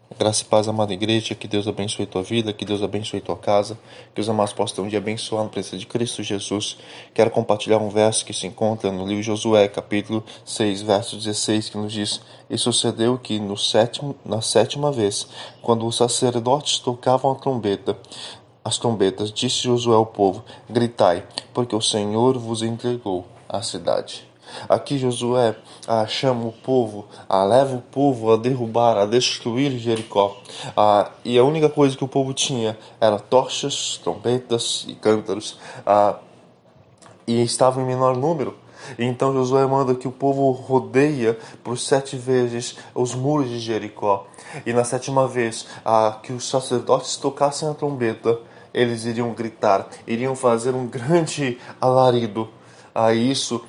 Graça e paz, amada igreja, que Deus abençoe tua vida, que Deus abençoe tua casa, que os amados possam ter um dia abençoado na presença de Cristo Jesus. Quero compartilhar um verso que se encontra no livro de Josué, capítulo 6, verso 16, que nos diz: E sucedeu que na sétima vez, quando os sacerdotes tocavam as trombetas, disse Josué ao povo: Gritai, porque o Senhor vos entregou a cidade. Aqui Josué chama o povo, leva o povo a derrubar, a destruir Jericó. E a única coisa que o povo tinha era tochas, trombetas e cântaros. E estava em menor número. Então Josué manda que o povo rodeia por 7 vezes os muros de Jericó. E na 7ª vez que os sacerdotes tocassem a trombeta, eles iriam gritar, iriam fazer um grande alarido. Isso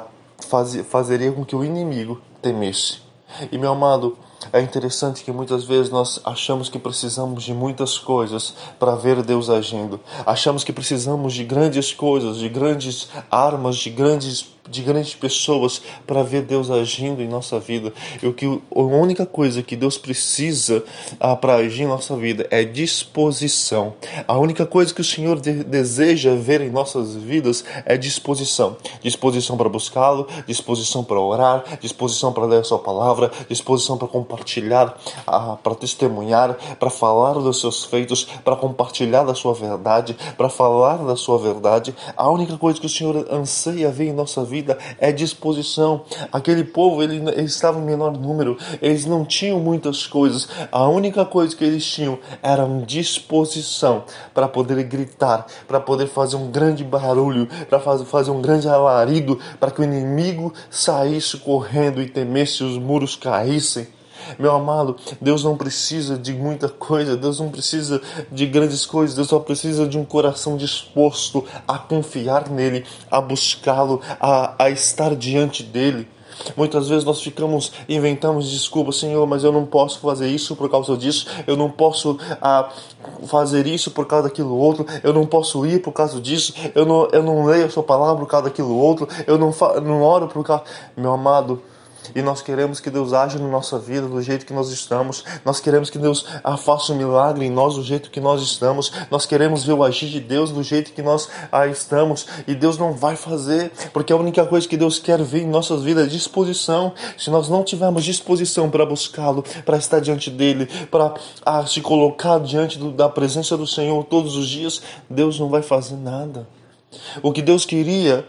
fazeria com que o inimigo temesse. E meu amado, é interessante que muitas vezes nós achamos que precisamos de muitas coisas para ver Deus agindo. Achamos que precisamos de grandes coisas, de grandes armas, de grandes pessoas para ver Deus agindo em nossa vida. A única coisa que Deus precisa para agir em nossa vida é disposição. A única coisa que o Senhor deseja ver em nossas vidas é disposição. Disposição para buscá-lo, disposição para orar, disposição para ler a sua palavra, disposição para compartilhar, para testemunhar, para falar dos seus feitos, para compartilhar da sua verdade, para falar da sua verdade. A única coisa que o Senhor anseia ver em nossa vida é disposição. Aquele povo, ele estava em menor número, eles não tinham muitas coisas. A única coisa que eles tinham era disposição para poder gritar, para poder fazer um grande barulho, para fazer um grande alarido, para que o inimigo saísse correndo e temesse, os muros caíssem. Meu amado, Deus não precisa de muita coisa, Deus não precisa de grandes coisas, Deus só precisa de um coração disposto a confiar nele, a buscá-lo, a estar diante dele. Muitas vezes nós inventamos desculpas: Senhor, mas eu não posso fazer isso por causa disso, eu não posso fazer isso por causa daquilo outro, eu não posso ir por causa disso, eu não leio a sua palavra por causa daquilo outro, eu não oro por causa... Meu amado, e nós queremos que Deus age na nossa vida do jeito que nós estamos. Nós queremos que Deus faça um milagre em nós do jeito que nós estamos. Nós queremos ver o agir de Deus do jeito que nós estamos. E Deus não vai fazer, porque a única coisa que Deus quer ver em nossas vidas é disposição. Se nós não tivermos disposição para buscá-lo, para estar diante dele, para se colocar diante da presença do Senhor todos os dias, Deus não vai fazer nada. O que Deus queria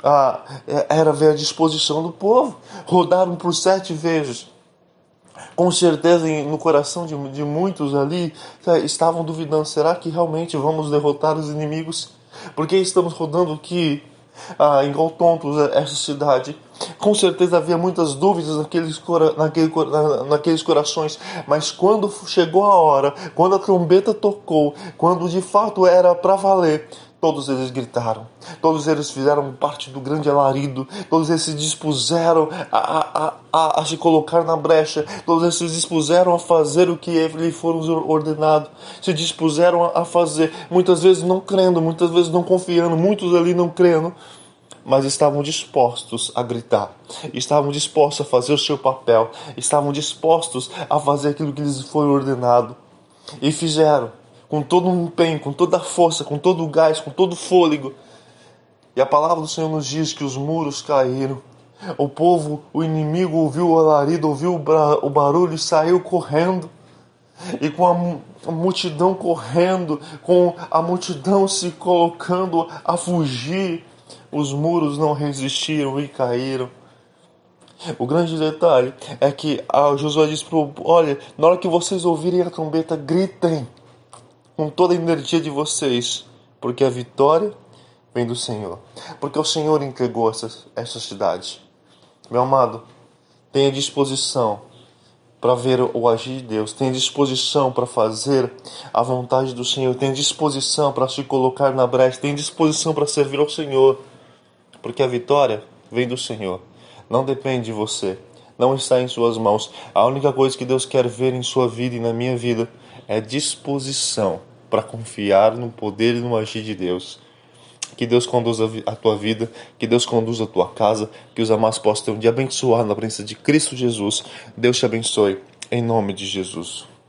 era ver a disposição do povo. Rodaram por 7 vezes. Com certeza no coração de muitos ali estavam duvidando: será que realmente vamos derrotar os inimigos? Porque estamos rodando aqui igual tontos essa cidade? Com certeza havia muitas dúvidas naqueles corações. Mas quando chegou a hora, quando a trombeta tocou, quando de fato era para valer, todos eles gritaram, todos eles fizeram parte do grande alarido, todos eles se dispuseram a se colocar na brecha, todos eles se dispuseram a fazer o que lhe foram ordenado, se dispuseram a fazer, muitas vezes não crendo, muitas vezes não confiando, muitos ali não crendo, mas estavam dispostos a gritar, estavam dispostos a fazer o seu papel, estavam dispostos a fazer aquilo que lhes foi ordenado, e fizeram com todo o empenho, com toda a força, com todo o gás, com todo o fôlego. E a palavra do Senhor nos diz que os muros caíram. O povo, o inimigo, ouviu o alarido, ouviu o barulho e saiu correndo. E com a multidão correndo, com a multidão se colocando a fugir, os muros não resistiram e caíram. O grande detalhe é que Josué disse para o povo: olha, na hora que vocês ouvirem a trombeta, gritem com toda a energia de vocês, porque a vitória vem do Senhor, porque o Senhor entregou essa cidade. Meu amado, tenha disposição para ver o agir de Deus, tenha disposição para fazer a vontade do Senhor, tenha disposição para se colocar na brecha, tenha disposição para servir ao Senhor, porque a vitória vem do Senhor, não depende de você, não está em suas mãos. A única coisa que Deus quer ver em sua vida e na minha vida é disposição para confiar no poder e no agir de Deus. Que Deus conduza a tua vida, que Deus conduza a tua casa, que os amados possam ter um dia abençoado na presença de Cristo Jesus. Deus te abençoe, em nome de Jesus.